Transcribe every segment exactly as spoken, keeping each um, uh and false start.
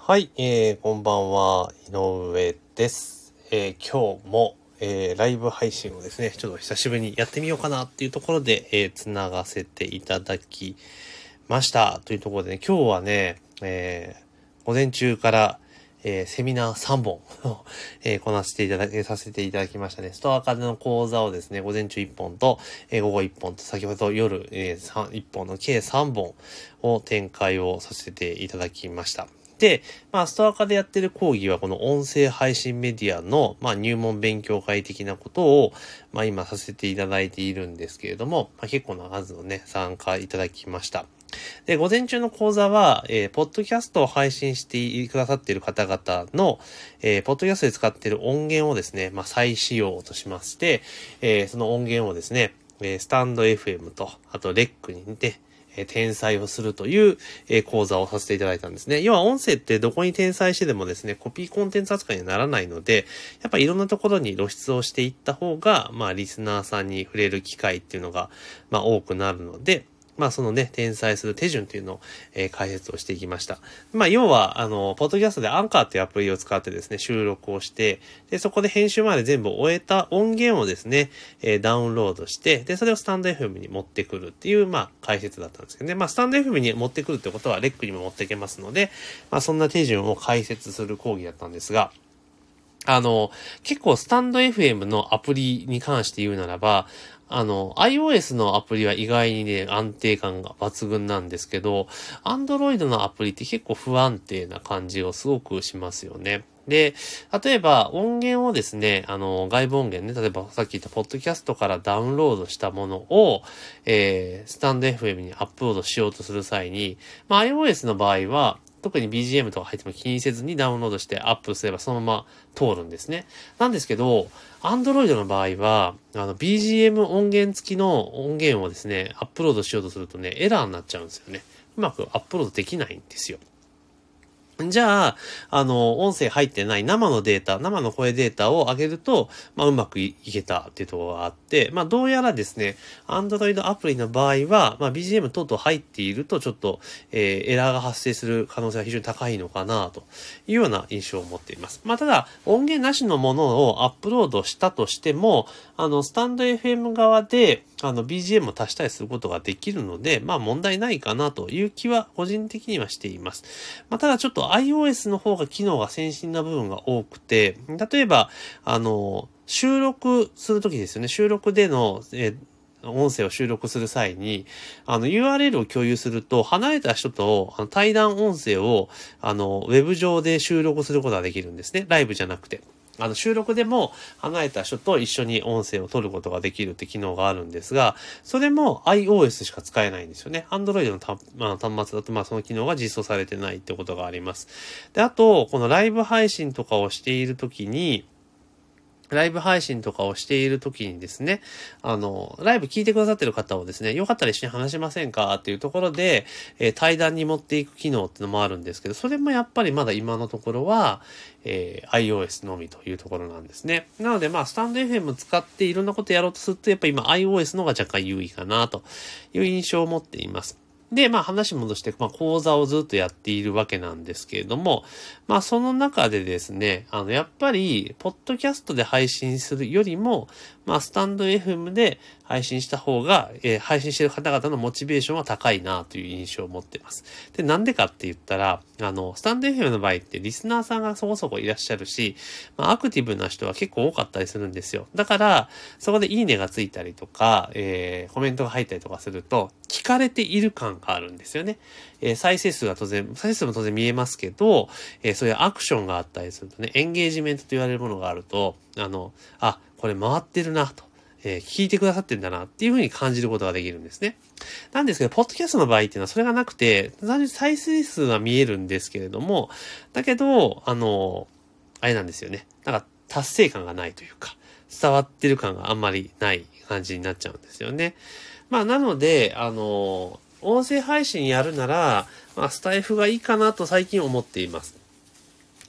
はい、えー、こんばんは、井上です。えー、今日も、えー、ライブ配信をですね、ちょっと久しぶりにやってみようかなっていうところで、えー、つながせていただきました。というところでね、今日はね、えー、午前中から、えー、セミナーさんぼんを、えー、こなしていただけ、させていただきましたね。ストアカでの講座をですね、午前中いっぽんと、えー、午後いっぽんと、先ほど夜、えー、いっぽんの計さんぼんを展開をさせていただきました。で、まあ、ストアカでやってる講義はこの音声配信メディアの、まあ、入門勉強会的なことを、まあ、今させていただいているんですけれども、まあ、結構な数のね、参加いただきました。で、午前中の講座は、えー、ポッドキャストを配信してくださっている方々の、えー、ポッドキャストで使っている音源をですね、まあ、再使用としまして、えー、その音源をですね、えー、スタンド エフエム と、あとレックに似て、転載をするという講座をさせていただいたんですね。要は音声ってどこに転載してでもですね、コピーコンテンツ扱いにはならないので、やっぱりいろんなところに露出をしていった方が、まあリスナーさんに触れる機会っていうのが、まあ多くなるので、まあそのね、転載する手順っていうのを、えー、解説をしていきました。まあ要は、あの、ポッドキャストでアンカーっていうアプリを使ってですね、収録をして、で、そこで編集まで全部終えた音源をですね、えー、ダウンロードして、で、それをスタンド エフエム に持ってくるっていう、まあ解説だったんですけどね。まあスタンド エフエム に持ってくるってことは、レックにも持っていけますので、まあそんな手順を解説する講義だったんですが、あの、結構スタンド エフエム のアプリに関して言うならば、あの、iOS のアプリは意外にね、安定感が抜群なんですけど、Android のアプリって結構不安定な感じをすごくしますよね。で、例えば音源をですね、あの、外部音源ね、例えばさっき言ったポッドキャストからダウンロードしたものを、えー、スタンド エフエム にアップロードしようとする際に、まあ、iOS の場合は、特に ビージーエム とか入っても気にせずにダウンロードしてアップすればそのまま通るんですね。なんですけど、Android の場合は、あの ビージーエム 音源付きの音源をですね、アップロードしようとするとね、エラーになっちゃうんですよね。うまくアップロードできないんですよ。じゃあ、あの、音声入ってない生のデータ、生の声データを上げると、まあ、うまくいけたっていうところがあって、まあ、どうやらですね、Android アプリの場合は、まあ、ビージーエム 等々入っていると、ちょっと、えー、エラーが発生する可能性が非常に高いのかな、というような印象を持っています。まあ、ただ、音源なしのものをアップロードしたとしても、あの、スタンド エフエム 側で、あの、ビージーエム を足したりすることができるので、まあ、問題ないかなという気は、個人的にはしています。まあ、ただちょっとiOS の方が機能が先進な部分が多くて、例えば、あの、収録するときですよね。収録での、えー、音声を収録する際に、あの、ユーアールエル を共有すると、離れた人とあの対談音声を、あの、ウェブ上で収録することができるんですね。ライブじゃなくて。あの、収録でも離れた人と一緒に音声を取ることができるって機能があるんですが、それも iOS しか使えないんですよね。Android のた、まあ、端末だと、まあ、その機能が実装されてないってことがあります。で、あと、このライブ配信とかをしているときに、ライブ配信とかをしているときにですね、あの、ライブ聞いてくださってる方をですね、よかったら一緒に話しませんかっていうところで、えー、対談に持っていく機能っていうのもあるんですけど、それもやっぱりまだ今のところは、えー、iOS のみというところなんですね。なので、まあ、スタンド エフエム 使っていろんなことやろうとすると、やっぱり今 iOS の方が若干優位かなという印象を持っています。で、まあ話戻して、まあ講座をずっとやっているわけなんですけれども、まあその中でですね、あの、やっぱり、ポッドキャストで配信するよりも、まあスタンド エフエム で配信した方が、えー、配信している方々のモチベーションは高いなという印象を持っています。で、なんでかって言ったら、あの、スタンド エフエム の場合ってリスナーさんがそこそこいらっしゃるし、まあアクティブな人は結構多かったりするんですよ。だから、そこでいいねがついたりとか、えー、コメントが入ったりとかすると、聞かれている感があるんですよね。えー、再生数が当然、再生数も当然見えますけど、えー、そういうアクションがあったりするとね、エンゲージメントと言われるものがあると、あの、あ、これ回ってるなと、えー、聞いてくださってんだなっていうふうに感じることができるんですね。なんですけど、ポッドキャストの場合っていうのはそれがなくて、単純に再生数は見えるんですけれども、だけど、あの、あれなんですよね。なんか達成感がないというか、伝わってる感があんまりない感じになっちゃうんですよね。まあ、なので、あの、音声配信やるなら、まあ、スタイフがいいかなと最近思っています。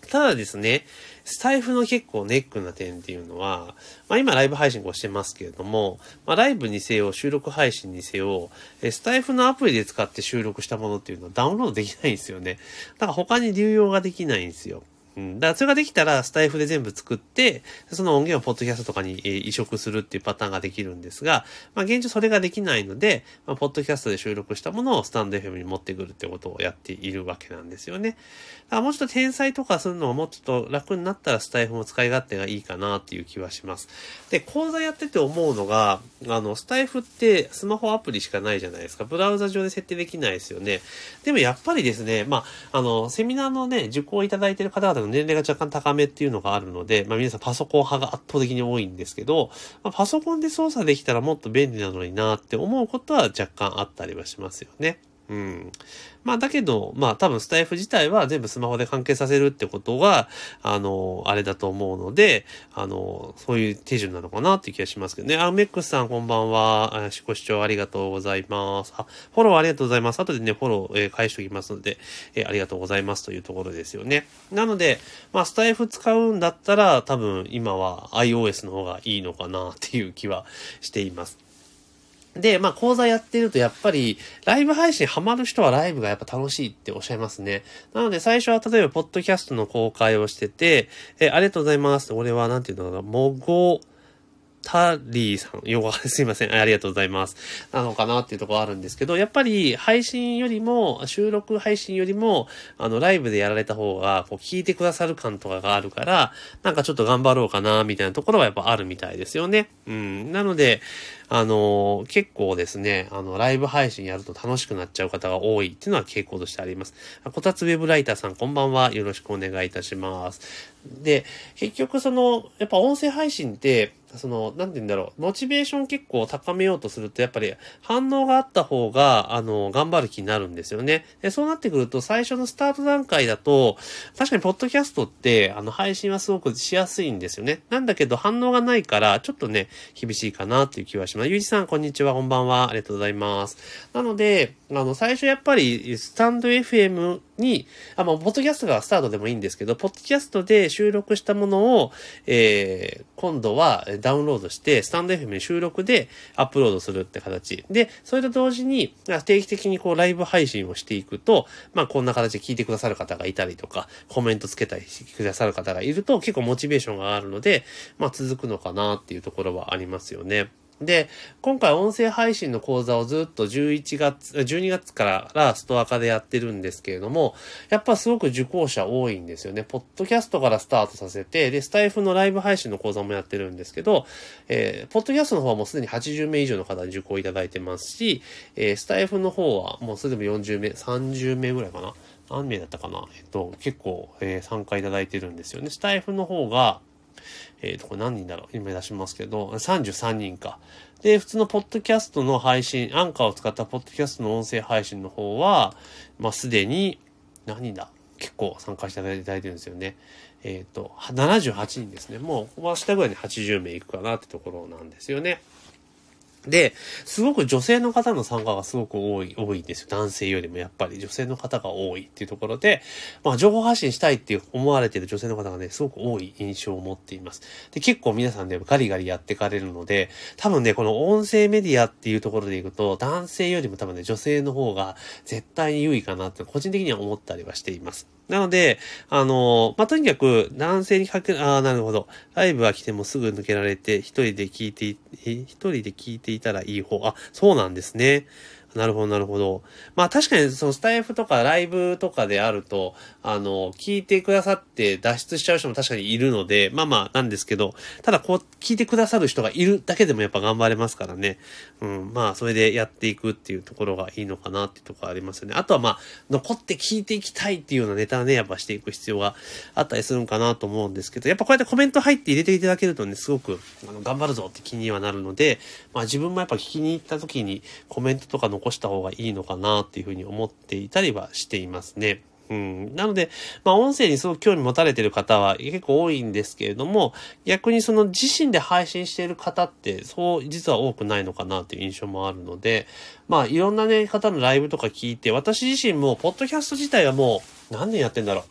ただですね、スタイフの結構ネックな点っていうのは、まあ今ライブ配信をしてますけれども、まあライブにせよ、収録配信にせよ、スタイフのアプリで使って収録したものっていうのはダウンロードできないんですよね。だから他に流用ができないんですよ。うん。だからそれができたらスタイフで全部作って、その音源をポッドキャストとかに移植するっていうパターンができるんですが、まあ現状それができないので、まあ、ポッドキャストで収録したものをスタンド エフエム に持ってくるってことをやっているわけなんですよね。だからもうちょっと転載とかするのがもうちょっと楽になったらスタイフも使い勝手がいいかなっていう気はします。で、講座やってて思うのが、あの、スタイフってスマホアプリしかないじゃないですか。ブラウザ上で設定できないですよね。でもやっぱりですね、まあ、あの、セミナーのね、受講いただいている方々の年齢が若干高めっていうのがあるので、まあ皆さんパソコン派が圧倒的に多いんですけど、まあ、パソコンで操作できたらもっと便利なのになって思うことは若干あったりはしますよね。うん。まあだけど、まあ多分スタイフ自体は全部スマホで完結させるってことが、あの、あれだと思うので、あの、そういう手順なのかなっていう気がしますけどね。あ、メックスさんこんばんは。ご視聴ありがとうございます。あ、フォローありがとうございます。後でね、フォロー、えー、返しておきますので、えー、ありがとうございますというところですよね。なので、まあスタイフ使うんだったら多分今は iOS の方がいいのかなっていう気はしています。で、まあ講座やってるとやっぱりライブ配信ハマる人はライブがやっぱ楽しいっておっしゃいますね。なので最初は例えばポッドキャストの公開をしてて、えー、ありがとうございます。俺はなんていうのかな、もごタリーさん、よくすいません。ありがとうございます。なのかなっていうところあるんですけど、やっぱり配信よりも、収録配信よりも、あの、ライブでやられた方が、こう、聞いてくださる感とかがあるから、なんかちょっと頑張ろうかな、みたいなところはやっぱあるみたいですよね。うん。なので、あのー、結構ですね、あの、ライブ配信やると楽しくなっちゃう方が多いっていうのは傾向としてあります。こたつウェブライターさん、こんばんは。よろしくお願いいたします。で、結局その、やっぱ音声配信って、その、なんて言うんだろう、モチベーション結構高めようとすると、やっぱり反応があった方が、あの、頑張る気になるんですよね。で、そうなってくると、最初のスタート段階だと、確かにポッドキャストって、あの、配信はすごくしやすいんですよね。なんだけど、反応がないから、ちょっとね、厳しいかなっていう気はします。ゆうじさん、こんにちは、こんばんは。ありがとうございます。なので、あの、最初やっぱり、スタンド エフエム に、あ、まあ、ポッドキャストがスタートでもいいんですけど、ポッドキャストで収録したものを、えー、今度はダウンロードして、スタンド エフエム に収録でアップロードするって形。で、それと同時に、定期的にこうライブ配信をしていくと、まあこんな形で聞いてくださる方がいたりとか、コメントつけたりしてくださる方がいると結構モチベーションがあるので、まあ続くのかなっていうところはありますよね。で、今回音声配信の講座をずっとじゅういちがつ、じゅうにがつからストア化でやってるんですけれども、やっぱすごく受講者多いんですよね。ポッドキャストからスタートさせて、で、スタイフのライブ配信の講座もやってるんですけど、えー、ポッドキャストの方はもうすでにはちじゅうめい以上の方に受講いただいてますし、えー、スタイフの方はもうすでによんじゅうめい、さんじゅうめいぐらいかな。何名だったかな。えっと、結構、えー、参加いただいてるんですよね。スタイフの方が、えっと、これ何人だろう今出しますけど、さんじゅうさんにんか。で、普通のポッドキャストの配信、アンカーを使ったポッドキャストの音声配信の方は、まあ、すでに、何人だ結構参加していただいてるんですよね。えっと、ななじゅうはちにんですね。もう、明日ぐらいにはちじゅうめいいくかなってところなんですよね。で、すごく女性の方の参加がすごく多い、多いんですよ。男性よりもやっぱり女性の方が多いっていうところで、まあ情報発信したいって思われている女性の方がね、すごく多い印象を持っています。で、結構皆さんね、ガリガリやってかれるので、多分ね、この音声メディアっていうところでいくと、男性よりも多分ね、女性の方が絶対に優位かなって個人的には思ったりはしています。なので、あの、まあ、とにかく男性にかけ、ああ、なるほど。ライブは来てもすぐ抜けられて、一人で聞いて、一人で聞いていたらいい方。あ、そうなんですね。なるほど、なるほど。まあ確かにそのスタイフとかライブとかであると、あの、聞いてくださって脱出しちゃう人も確かにいるので、まあまあなんですけど、ただこう聞いてくださる人がいるだけでもやっぱ頑張れますからね。うん、まあそれでやっていくっていうところがいいのかなっていうところありますよね。あとはまあ、残って聞いていきたいっていうようなネタをね、やっぱしていく必要があったりするんかなと思うんですけど、やっぱこうやってコメント入って入れていただけるとね、すごくあの頑張るぞって気にはなるので、まあ自分もやっぱ聞きに行った時にコメントとか残した方がいいのかなっていうふうに思っていたりはしていますね。うん。なので、まあ音声にすごく興味持たれている方は結構多いんですけれども、逆にその自身で配信している方ってそう実は多くないのかなという印象もあるので、まあいろんなね方のライブとか聞いて、私自身もポッドキャスト自体はもう何年やってんだろう。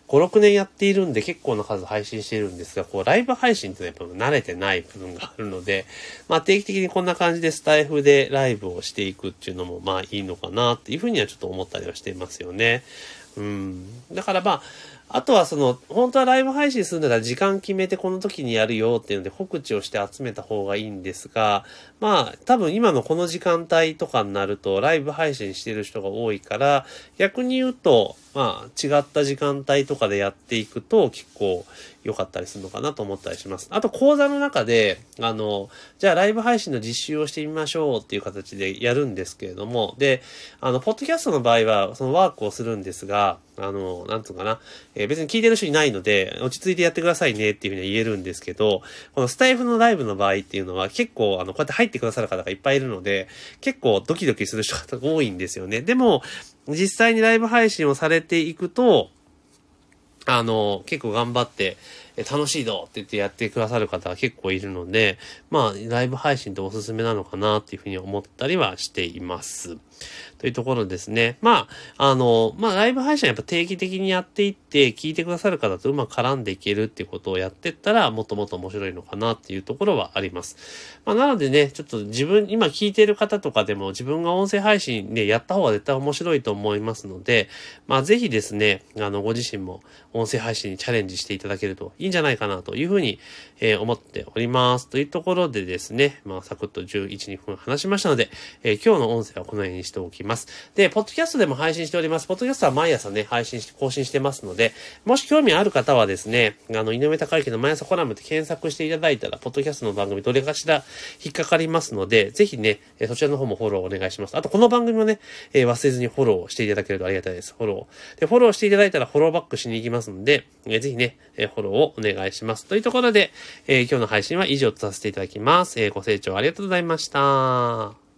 ご、ろくねんやっているんで結構な数配信しているんですが、こう、ライブ配信ってやっぱ慣れてない部分があるので、まあ定期的にこんな感じでスタイフでライブをしていくっていうのもまあいいのかなっていうふうにはちょっと思ったりはしていますよね。うん。だからまあ、あとはその、本当はライブ配信するなら時間決めてこの時にやるよっていうので告知をして集めた方がいいんですが、まあ多分今のこの時間帯とかになるとライブ配信してる人が多いから、逆に言うと、まあ違った時間帯とかでやっていくと結構良かったりするのかなと思ったりします。あと講座の中で、あの、じゃあライブ配信の実習をしてみましょうっていう形でやるんですけれども、で、あの、ポッドキャストの場合はそのワークをするんですが、あの、なんつうかな、えー、別に聞いてる人いないので、落ち着いてやってくださいねっていうふうには言えるんですけど、このスタイフのライブの場合っていうのは結構、あの、こうやって入ってくださる方がいっぱいいるので、結構ドキドキする人が多いんですよね。でも、実際にライブ配信をされていくと、あの、結構頑張って、楽しいぞって言ってやってくださる方が結構いるので、まあ、ライブ配信っておすすめなのかなっていうふうに思ったりはしています。というところですね。まあ、あの、まあ、ライブ配信はやっぱ定期的にやっていって、聞いてくださる方とうまく絡んでいけるっていうことをやっていったら、もっともっと面白いのかなっていうところはあります。まあ、なのでね、ちょっと自分、今聞いてる方とかでも自分が音声配信でやった方が絶対面白いと思いますので、まあ、ぜひですね、あの、ご自身も音声配信にチャレンジしていただけるといいんじゃないかなというふうに、えー、思っております。というところでですね、まあ、サクッとじゅういち、にふん話しましたので、えー、今日の音声はこの辺にしておきます。で、ポッドキャストでも配信しております。ポッドキャストは毎朝ね、配信して、更新してますので、もし興味ある方はですね、あの、井上貴之の毎朝コラムって検索していただいたら、ポッドキャストの番組どれかしら引っかかりますので、ぜひね、そちらの方もフォローお願いします。あと、この番組もね、えー、忘れずにフォローしていただけるとありがたいです。フォロー。で、フォローしていただいたらフォローバックしに行きますので、えー、ぜひね、えー、フォローをお願いします。というところで、えー、今日の配信は以上とさせていただきます。えー、ご清聴ありがとうございました。